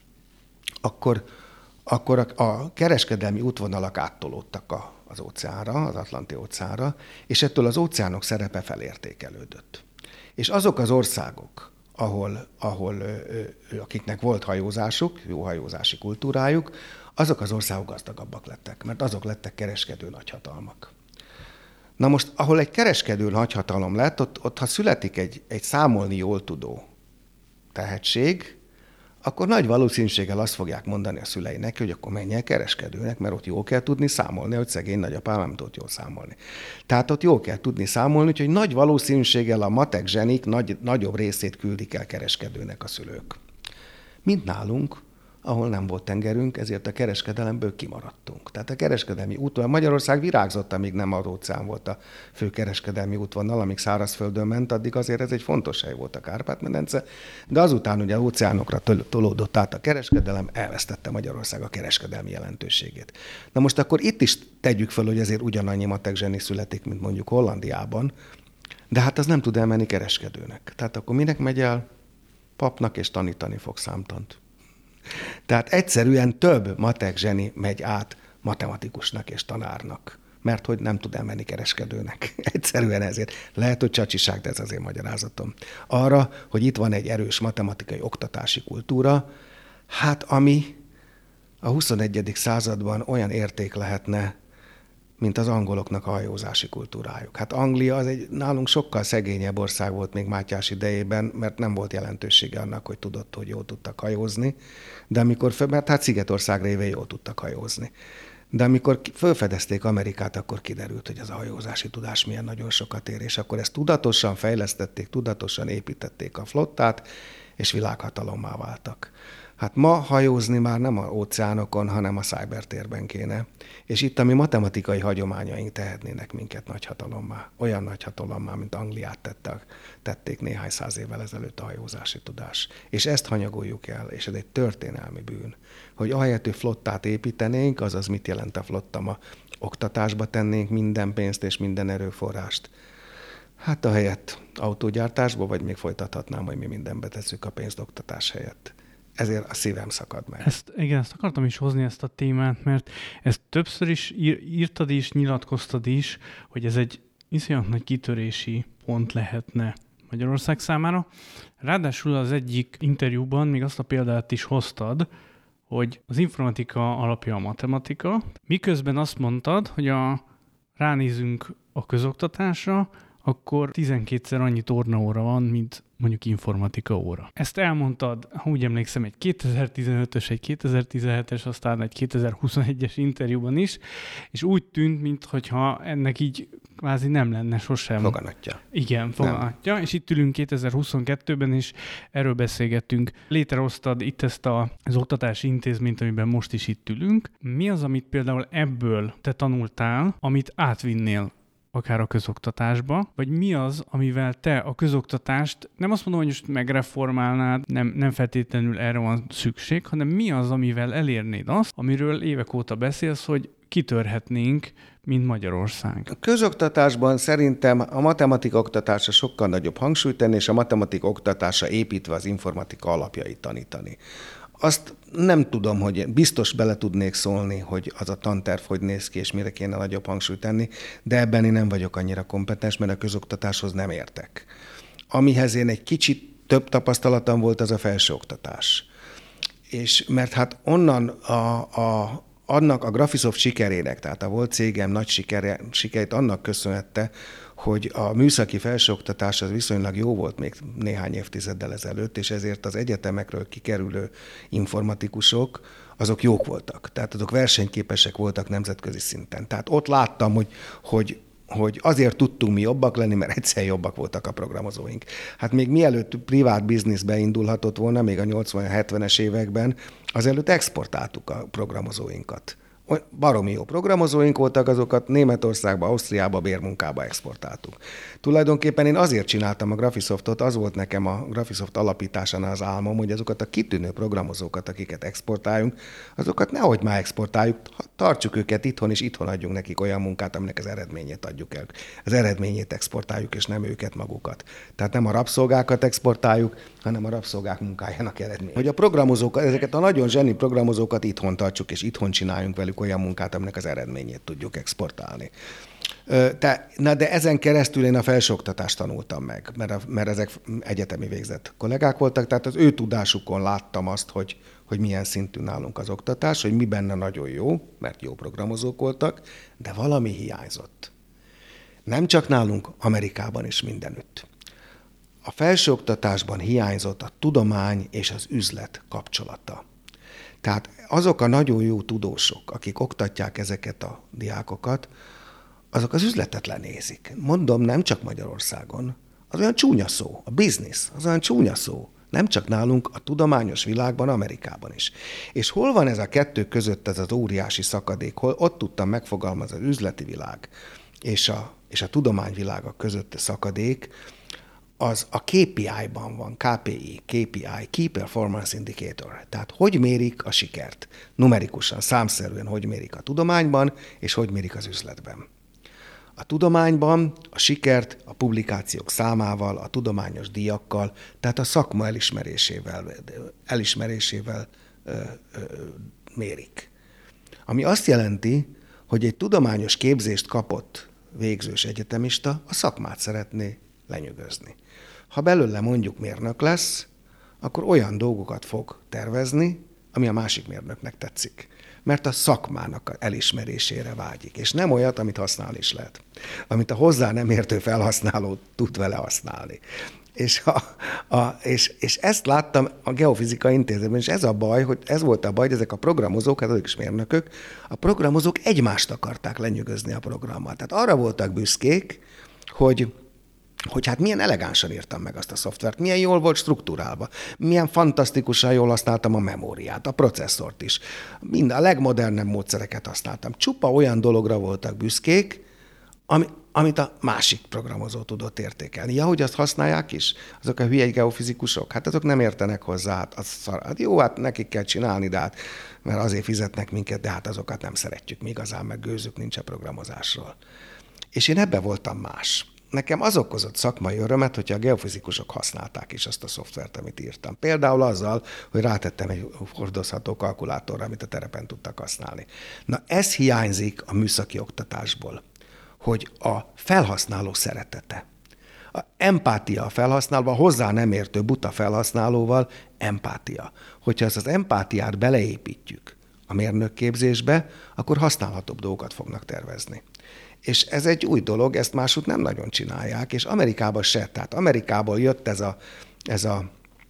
akkor, akkor a, a kereskedelmi útvonalak áttolódtak a, az óceánra, az Atlanti-óceánra, és ettől az óceánok szerepe felértékelődött. És azok az országok, ahol, ahol akiknek volt hajózásuk, jó hajózási kultúrájuk, azok az országok gazdagabbak lettek, mert azok lettek kereskedő nagyhatalmak. Na most, ahol egy kereskedő nagyhatalom lett, ott, ott ha születik egy, egy számolni jól tudó tehetség, akkor nagy valószínűséggel azt fogják mondani a szüleinek, hogy akkor menj el kereskedőnek, mert ott jól kell tudni számolni, hogy szegény nagyapám nem tudott jól számolni. Tehát ott jól kell tudni számolni, úgyhogy nagy valószínűséggel a matek zsenik nagy, nagyobb részét küldik el kereskedőnek a szülők. Mint nálunk, ahol nem volt tengerünk, ezért a kereskedelemből kimaradtunk. Tehát a kereskedelmi útvonal, Magyarország virágzott, amíg nem az óceán volt a fő kereskedelmi útvonal, amíg szárazföldön ment, addig azért ez egy fontos hely volt a Kárpát-medence, de azután ugye óceánokra tolódott át a kereskedelem, elvesztette Magyarország a kereskedelmi jelentőségét. Na most akkor itt is tegyük fel, hogy ezért ugyanannyi matek zseni születik, mint mondjuk Hollandiában, de hát az nem tud elmenni kereskedőnek. Tehát akkor minek megy el? Papnak, és tanítani fog számtant. Tehát egyszerűen több matek zseni megy át matematikusnak és tanárnak, mert hogy nem tud elmenni kereskedőnek. Egyszerűen ezért. Lehet, hogy csacsiság, de ez az én magyarázatom. Arra, hogy itt van egy erős matematikai oktatási kultúra, hát ami a huszonegyedik században olyan érték lehetne, mint az angoloknak a hajózási kultúrájuk. Hát Anglia az egy nálunk sokkal szegényebb ország volt még Mátyás idejében, mert nem volt jelentősége annak, hogy tudott, hogy jól tudtak hajózni, de amikor, mert hát Szigetország révén jól tudtak hajózni. De amikor felfedezték Amerikát, akkor kiderült, hogy ez a hajózási tudás milyen nagyon sokat ér, és akkor ezt tudatosan fejlesztették, tudatosan építették a flottát, és világhatalommá váltak. Hát ma hajózni már nem az óceánokon, hanem a szájbertérben kéne. És itt a mi matematikai hagyományaink tehetnének minket nagyhatalommá. Olyan nagyhatalommá, mint Angliát tette, tették néhány száz évvel ezelőtt a hajózási tudás. És ezt hanyagoljuk el, és ez egy történelmi bűn. Hogy ahelyett, hogy flottát építenénk, azaz mit jelent a flotta ma? Oktatásba tennénk minden pénzt és minden erőforrást. Hát ahelyett autógyártásba, vagy még folytathatnám, hogy mi mindenbe tesszük a pénzt oktatás helyett. Ezért a szívem szakad meg. Ezt, igen, ezt akartam is hozni, ezt a témát, mert ezt többször is ír, írtad is, nyilatkoztad is, hogy ez egy iszonyat nagy kitörési pont lehetne Magyarország számára. Ráadásul az egyik interjúban még azt a példát is hoztad, hogy az informatika alapja a matematika, miközben azt mondtad, hogy a, ránézünk a közoktatásra, akkor tizenkétszer annyi tornaóra van, mint mondjuk informatika óra. Ezt elmondtad, ha úgy emlékszem, egy kétezer-tizenötös, egy kétezer-tizenhetes, aztán egy kétezer-huszonegyes interjúban is, és úgy tűnt, mintha ennek így kvázi nem lenne sosem. Foganatja. Igen, foganatja, és itt ülünk kétezer-huszonkettőben, és erről beszélgettünk. Létrehoztad itt ezt a, az oktatási intézményt, amiben most is itt ülünk. Mi az, amit például ebből te tanultál, amit átvinnél akár a közoktatásba, vagy mi az, amivel te a közoktatást, nem azt mondom, hogy most megreformálnád, nem, nem feltétlenül erre van szükség, hanem mi az, amivel elérnéd azt, amiről évek óta beszélsz, hogy kitörhetnénk, mint Magyarország. A közoktatásban szerintem a matematika oktatása sokkal nagyobb hangsúlyt tenni, és a matematika oktatása építve az informatika alapjait tanítani. Azt nem tudom, hogy biztos bele tudnék szólni, hogy az a tanterv hogy néz ki, és mire kéne nagyobb hangsúlyt tenni, de ebben én nem vagyok annyira kompetens, mert a közoktatáshoz nem értek. Amihez én egy kicsit több tapasztalatom volt, az a felsőoktatás. És mert hát onnan a, a, annak a Graphisoft sikerének, tehát a volt cégem nagy sikere, sikerét annak köszönhette, hogy a műszaki felsőoktatás az viszonylag jó volt még néhány évtizeddel ezelőtt, és ezért az egyetemekről kikerülő informatikusok, azok jók voltak. Tehát azok versenyképesek voltak nemzetközi szinten. Tehát ott láttam, hogy, hogy hogy azért tudtunk mi jobbak lenni, mert egyszer jobbak voltak a programozóink. Hát még mielőtt privát bizniszbe indulhatott volna, még a nyolcvan-hetvenes években, azelőtt exportáltuk a programozóinkat. Baromi jó programozóink voltak, azokat Németországba, Ausztriába, bérmunkába exportáltuk. Tulajdonképpen én azért csináltam a Graphisoftot, az volt nekem a Graphisoft alapításánál az álmom, hogy azokat a kitűnő programozókat, akiket exportáljunk, azokat nehogy már exportáljuk, tartsuk őket itthon, és itthon adjunk nekik olyan munkát, aminek az eredményét adjuk el. Az eredményét exportáljuk, és nem őket magukat. Tehát nem a rabszolgákat exportáljuk, hanem a rabszolgák munkájának eredmény. Hogy a programozókat, ezeket a nagyon zseni programozókat itthon tartsuk, és itthon csináljunk velük olyan munkát, aminek az eredményét tudjuk exportálni. Te, na de ezen keresztül én a felsőoktatást tanultam meg, mert, a, mert ezek egyetemi végzett kollégák voltak, tehát az ő tudásukon láttam azt, hogy, hogy milyen szintű nálunk az oktatás, hogy mi benne nagyon jó, mert jó programozók voltak, de valami hiányzott. Nem csak nálunk, Amerikában is mindenütt. A felsőoktatásban hiányzott a tudomány és az üzlet kapcsolata. Tehát azok a nagyon jó tudósok, akik oktatják ezeket a diákokat, azok az üzletet lenézik. Mondom, nem csak Magyarországon. Az olyan csúnya szó. A biznisz, az olyan csúnya szó. Nem csak nálunk, a tudományos világban, Amerikában is. És hol van ez a kettő között ez az óriási szakadék, hol ott tudtam megfogalmazni az üzleti világ és a, és a tudományvilága közötti szakadék, az a ká pé í-ban van, ká pé í, ká pé í, Key Performance Indicator. Tehát hogy mérik a sikert? Numerikusan, számszerűen hogy mérik a tudományban, és hogy mérik az üzletben. A tudományban a sikert a publikációk számával, a tudományos díjakkal, tehát a szakma elismerésével, elismerésével ö, ö, mérik. Ami azt jelenti, hogy egy tudományos képzést kapott végzős egyetemista a szakmát szeretné lenyűgözni. Ha belőle mondjuk mérnök lesz, akkor olyan dolgokat fog tervezni, ami a másik mérnöknek tetszik. Mert a szakmának elismerésére vágyik. És nem olyat, amit használni is lehet. Amit a hozzá nem értő felhasználó tud vele használni. És, a, a, és, és ezt láttam a Geofizika Intézetben, és ez a baj, hogy ez volt a baj, hogy ezek a programozók, hát azok is mérnökök, a programozók egymást akarták lenyűgözni a programmal. Tehát arra voltak büszkék, hogy hogy hát milyen elegánsan írtam meg azt a szoftvert, milyen jól volt struktúrálva, milyen fantasztikusan jól használtam a memóriát, a processzort is. Mind a legmodernebb módszereket használtam. Csupa olyan dologra voltak büszkék, ami, amit a másik programozó tudott értékelni. Ja, hogy azt használják is? Azok a hülye geofizikusok? Hát azok nem értenek hozzá. Hát, az szar, hát jó, hát nekik kell csinálni, de hát, mert azért fizetnek minket, de hát azokat nem szeretjük mi igazán, meg gőzük nincs a programozásról. És én ebbe voltam más. Nekem az okozott szakmai örömet, hogyha a geofizikusok használták is azt a szoftvert, amit írtam. Például azzal, hogy rátettem egy hordozható kalkulátorra, amit a terepen tudtak használni. Na, ez hiányzik a műszaki oktatásból, hogy a felhasználó szeretete, a empátia a felhasználóval, hozzá nem értő buta felhasználóval empátia. Hogyha ezt az empátiát beleépítjük a mérnökképzésbe, akkor használhatóbb dolgokat fognak tervezni. És ez egy új dolog, ezt máshogy nem nagyon csinálják, és Amerikában se. Tehát Amerikából jött ez a, ez a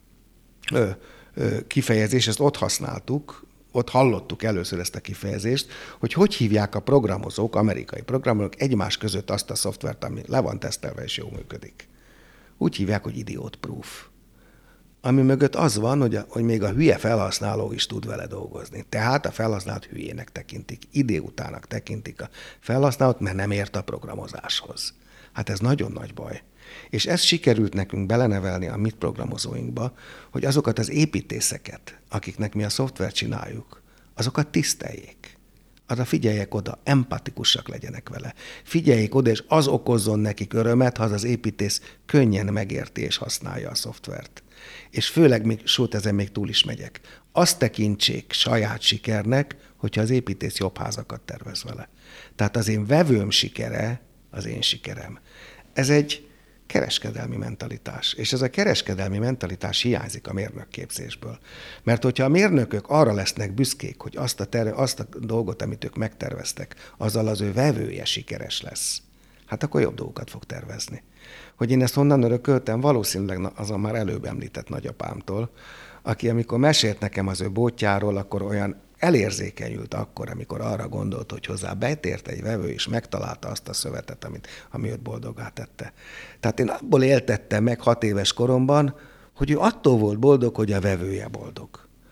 ö, ö, kifejezés, ezt ott használtuk, ott hallottuk először ezt a kifejezést, hogy hogy hívják a programozók, amerikai programozók egymás között azt a szoftvert, ami le van tesztelve és jól működik. Úgy hívják, hogy idiot proof. Ami mögött az van, hogy, a, hogy még a hülye felhasználó is tud vele dolgozni. Tehát a felhasználót hülyének tekintik, idiótának tekintik a felhasználót, mert nem ért a programozáshoz. Hát ez nagyon nagy baj. És ezt sikerült nekünk belenevelni a mi programozóinkba, hogy azokat az építészeket, akiknek mi a szoftvert csináljuk, azokat tiszteljék. Arra figyeljek oda, empatikusak legyenek vele. Figyeljék oda, és az okozzon nekik örömet, ha az az építész könnyen megérti és használja a szoftvert. És főleg, még, sőt, ezen még túl is megyek. Azt tekintsék saját sikernek, hogyha az építész jobb házakat tervez vele. Tehát az én vevőm sikere az én sikerem. Ez egy kereskedelmi mentalitás. És ez a kereskedelmi mentalitás hiányzik a mérnökképzésből. Mert hogyha a mérnökök arra lesznek büszkék, hogy azt a, ter- azt a dolgot, amit ők megterveztek, azzal az ő vevője sikeres lesz, hát akkor jobb dolgokat fog tervezni. Hogy én ezt honnan örököltem, valószínűleg az a már előbb említett nagyapámtól, aki amikor mesélt nekem az ő bótjáról, akkor olyan elérzékenyült akkor, amikor arra gondolt, hogy hozzá betért egy vevő, és megtalálta azt a szövetet, amit, ami őt boldoggá tette. Tehát én abból éltettem meg hat éves koromban, hogy ő attól volt boldog, hogy a vevője boldog.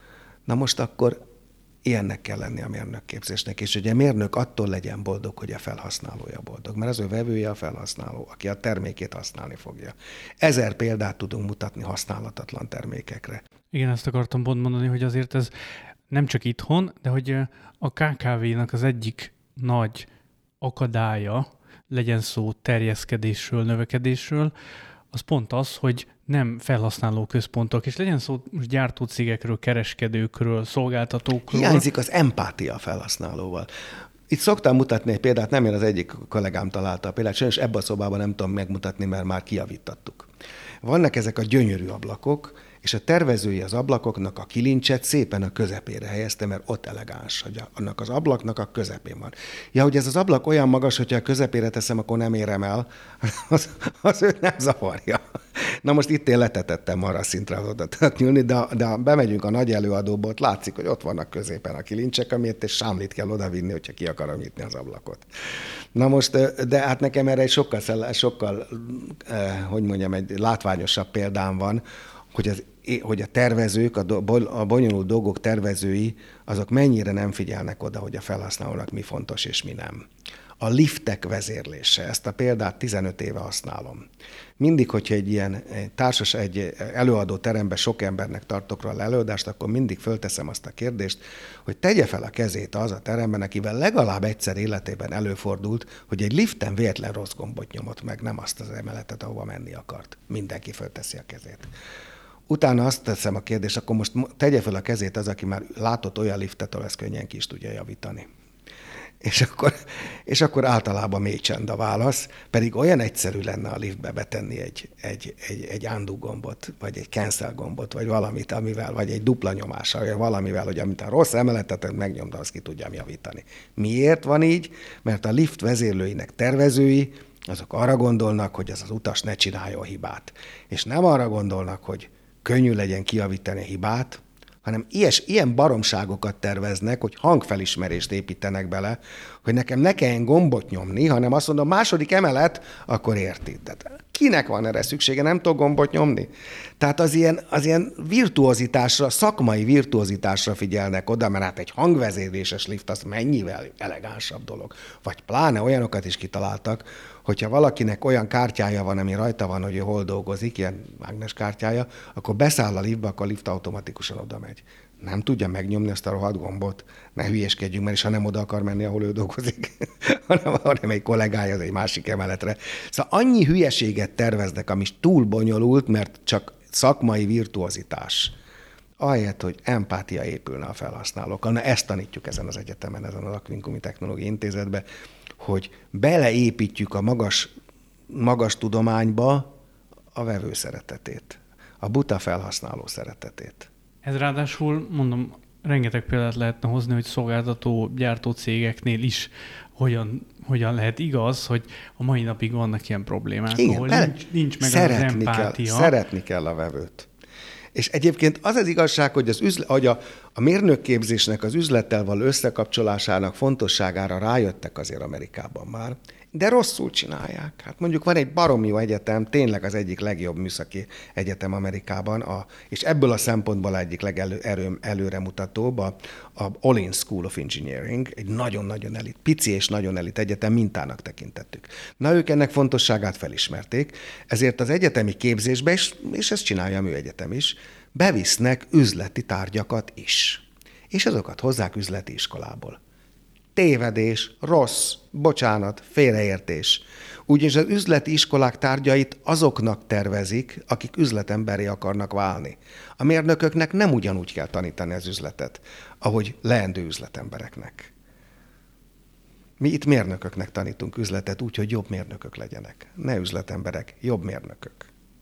Na most akkor ilyennek kell lenni a mérnökképzésnek, és hogy a mérnök attól legyen boldog, hogy a felhasználója boldog, mert az ő vevője a felhasználó, aki a termékét használni fogja. Ezer példát tudunk mutatni használatatlan termékekre. Igen, ezt akartam pont mondani, hogy azért ez nem csak itthon, de hogy a ká ká vé-nak az egyik nagy akadálya, legyen szó terjeszkedésről, növekedésről, az pont az, hogy nem felhasználó központok, és legyen szó gyártócégekről, kereskedőkről, szolgáltatókról. Hiányzik az empátia a felhasználóval. Itt szoktam mutatni egy példát, nem én az egyik kollégám találta a példát, sajnos ebben a szobában nem tudom megmutatni, mert már kijavítattuk. Vannak ezek a gyönyörű ablakok, és a tervezői az ablakoknak a kilincset szépen a közepére helyezte, mert ott elegáns, hogy annak az ablaknak a közepén van. Ja, hogy ez az ablak olyan magas, hogyha a közepére teszem, akkor nem érem el, az, az őt nem zavarja. Na most itt én letetettem arra a szintre, hogy oda tudok nyúlni, de, de bemegyünk a nagy előadóba, ott látszik, hogy ott vannak középen a kilincsek, amiért egy sámlit kell odavinni, hogyha ki akarom nyitni az ablakot. Na most, de hát nekem erre egy sokkal, sokkal hogy mondjam, egy látványosabb példám van, hogy, az, hogy a tervezők, a, do, a bonyolult dolgok tervezői, azok mennyire nem figyelnek oda, hogy a felhasználónak mi fontos és mi nem. A liftek vezérlése, ezt a példát tizenöt éve használom. Mindig, hogyha egy ilyen társas, egy előadó teremben sok embernek tartok róla előadást, akkor mindig fölteszem azt a kérdést, hogy tegye fel a kezét az a teremben, akivel legalább egyszer életében előfordult, hogy egy liften véletlen rossz gombot nyomott meg, nem azt az emeletet, ahova menni akart. Mindenki fölteszi a kezét. Utána azt teszem a kérdést, akkor most tegye fel a kezét az, aki már látott olyan liftet, ahol ezt könnyen ki is tudja javítani. És akkor, és akkor általában mély csend a válasz, pedig olyan egyszerű lenne a liftbe betenni egy, egy, egy, egy undo gombot, vagy egy cancel gombot, vagy valamit, amivel, vagy egy dupla nyomással, vagy valamivel, hogy amit a rossz emeletet megnyomta, azt ki tudjam javítani. Miért van így? Mert a lift vezérlőinek tervezői, azok arra gondolnak, hogy az az utas ne csináljon hibát. És nem arra gondolnak, hogy könnyű legyen kijavítani a hibát, hanem ilyes, ilyen baromságokat terveznek, hogy hangfelismerést építenek bele, hogy nekem ne kelljen gombot nyomni, hanem azt mondom, második emelet, akkor érti. Tehát kinek van erre szüksége, nem tud gombot nyomni? Tehát az ilyen, az ilyen virtuozitásra, szakmai virtuozitásra figyelnek oda, mert hát egy hangvezérléses lift az mennyivel elegánsabb dolog. Vagy pláne olyanokat is kitaláltak, hogyha valakinek olyan kártyája van, ami rajta van, hogy ő hol dolgozik, ilyen mágnes kártyája, akkor beszáll a liftbe, akkor a lift automatikusan oda megy. Nem tudja megnyomni azt a rohadt gombot, ne hülyéskedjünk, mert is ha nem oda akar menni, ahol ő dolgozik, hanem, hanem egy kollégája, egy másik emeletre. Szóval annyi hülyeséget terveznek, ami túl bonyolult, mert csak szakmai virtuozitás. Ahelyett, hogy empátia épülne a felhasználókkal. Na ezt tanítjuk ezen az egyetemen, ezen az Aquincumi Technológiai Intézetben, hogy beleépítjük a magas, magas tudományba a vevő szeretetét, a buta felhasználó szeretetét. Ez ráadásul, mondom, rengeteg példát lehetne hozni, hogy szolgáltató, gyártó cégeknél is hogyan, hogyan lehet igaz, hogy a mai napig vannak ilyen problémák, igen, ahol nincs, nincs meg az empátia. Kell, szeretni kell a vevőt. És egyébként az az igazság, hogy, az üzle, hogy a, a mérnökképzésnek az üzlettel való összekapcsolásának fontosságára rájöttek azért Amerikában már, de rosszul csinálják. Hát mondjuk van egy baromi jó egyetem, tényleg az egyik legjobb műszaki egyetem Amerikában, a, és ebből a szempontból egyik legelőremutatóbb, a, a Olin School of Engineering, egy nagyon-nagyon elit, pici és nagyon elit egyetem, mintának tekintettük. Na, ők ennek fontosságát felismerték, ezért az egyetemi képzésbe, és, és ezt csinálja a műegyetem is, bevisznek üzleti tárgyakat is. És azokat hozzák üzleti iskolából. Tévedés, rossz, bocsánat, félreértés. Ugyanis az üzleti iskolák tárgyait azoknak tervezik, akik üzletemberé akarnak válni. A mérnököknek nem ugyanúgy kell tanítani az üzletet, ahogy leendő üzletembereknek. Mi itt mérnököknek tanítunk üzletet úgy, hogy jobb mérnökök legyenek. Ne üzletemberek, jobb mérnökök.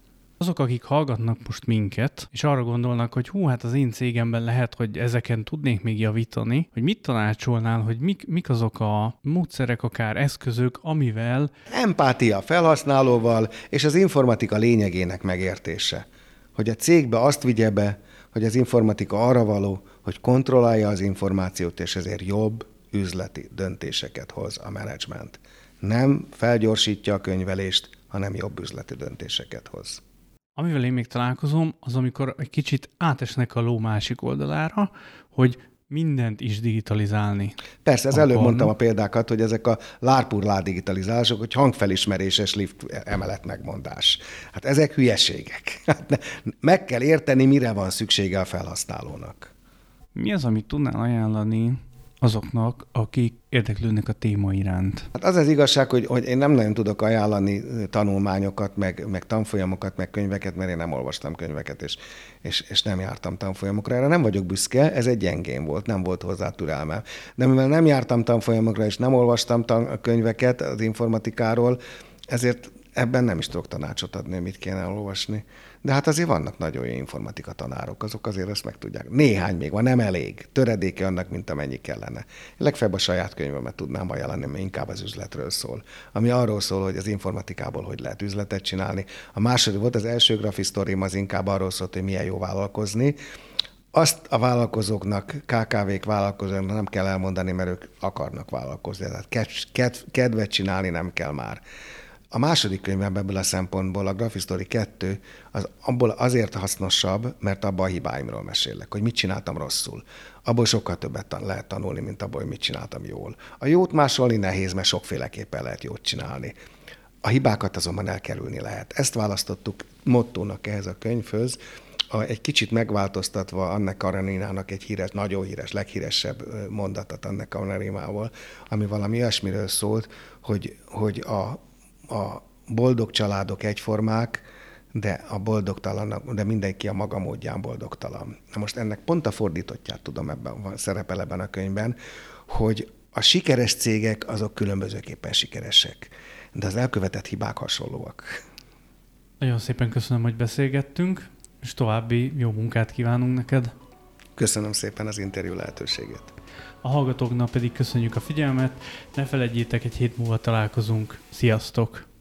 Azok, akik hallgatnak most minket, és arra gondolnak, hogy hú, hát az én cégemben lehet, hogy ezeken tudnék még javítani, hogy mit tanácsolnál, hogy mik, mik azok a módszerek, akár eszközök, amivel... Empátia felhasználóval és az informatika lényegének megértése. Hogy a cégbe azt vigye be, hogy az informatika arra való, hogy kontrollálja az információt, és ezért jobb üzleti döntéseket hoz a menedzsment. Nem felgyorsítja a könyvelést, hanem jobb üzleti döntéseket hoz. Amivel én még találkozom, az amikor egy kicsit átesnek a ló másik oldalára, hogy mindent is digitalizálni. Persze, ez előbb mondtam a példákat, hogy ezek a lárpurlá digitalizálások, hogy hangfelismeréses lift emelet megmondás. Hát ezek hülyeségek. Hát meg kell érteni, mire van szüksége a felhasználónak. Mi az, amit tudnál ajánlani azoknak, akik érdeklődnek a téma iránt? Hát az az igazság, hogy, hogy én nem nagyon tudok ajánlani tanulmányokat, meg, meg tanfolyamokat, meg könyveket, mert én nem olvastam könyveket, és, és, és nem jártam tanfolyamokra. Erre nem vagyok büszke, ez egy gyengém volt, nem volt hozzá türelmem. De mivel nem jártam tanfolyamokra, és nem olvastam tan- könyveket az informatikáról, ezért ebben nem is tudok tanácsot adni, mit kéne olvasni. De hát azért vannak nagyon jó informatika tanárok, azok azért ezt meg tudják. Néhány még van, nem elég. Töredéke annak, mint amennyi kellene. Legfeljebb a saját könyvemet tudnám ajánlani, mert inkább az üzletről szól. Ami arról szól, hogy az informatikából hogy lehet üzletet csinálni. A második volt, az első grafisztorim az inkább arról szólt, hogy milyen jó vállalkozni. Azt a vállalkozóknak, ká ká vék vállalkozóknak nem kell elmondani, mert ők akarnak vállalkozni. Tehát ked- kedvet csinálni nem kell már. A második könyvem ebből a szempontból, a Graphistory kettő, az abból azért hasznosabb, mert abban a hibáimról mesélek, hogy mit csináltam rosszul. Abból sokkal többet lehet tanulni, mint abból, hogy mit csináltam jól. A jót másolni nehéz, mert sokféleképpen lehet jót csinálni. A hibákat azonban elkerülni lehet. Ezt választottuk mottónak ehhez a könyvhöz, egy kicsit megváltoztatva Anne Kareninának egy híres, nagyon híres, leghíresebb mondatot Anne Kareninával, ami valami olyasmiről szólt, hogy, hogy a a boldog családok egyformák, de a boldogtalanok, de mindenki a maga módján boldogtalan. Na most ennek pont a fordítottját tudom, ebben van, szerepel ebben a könyvben, hogy a sikeres cégek azok különbözőképpen sikeresek, de az elkövetett hibák hasonlóak. Nagyon szépen köszönöm, hogy beszélgettünk, és további jó munkát kívánunk neked. Köszönöm szépen az interjú lehetőségét. A hallgatóknak pedig köszönjük a figyelmet, ne feledjétek, egy hét múlva találkozunk. Sziasztok!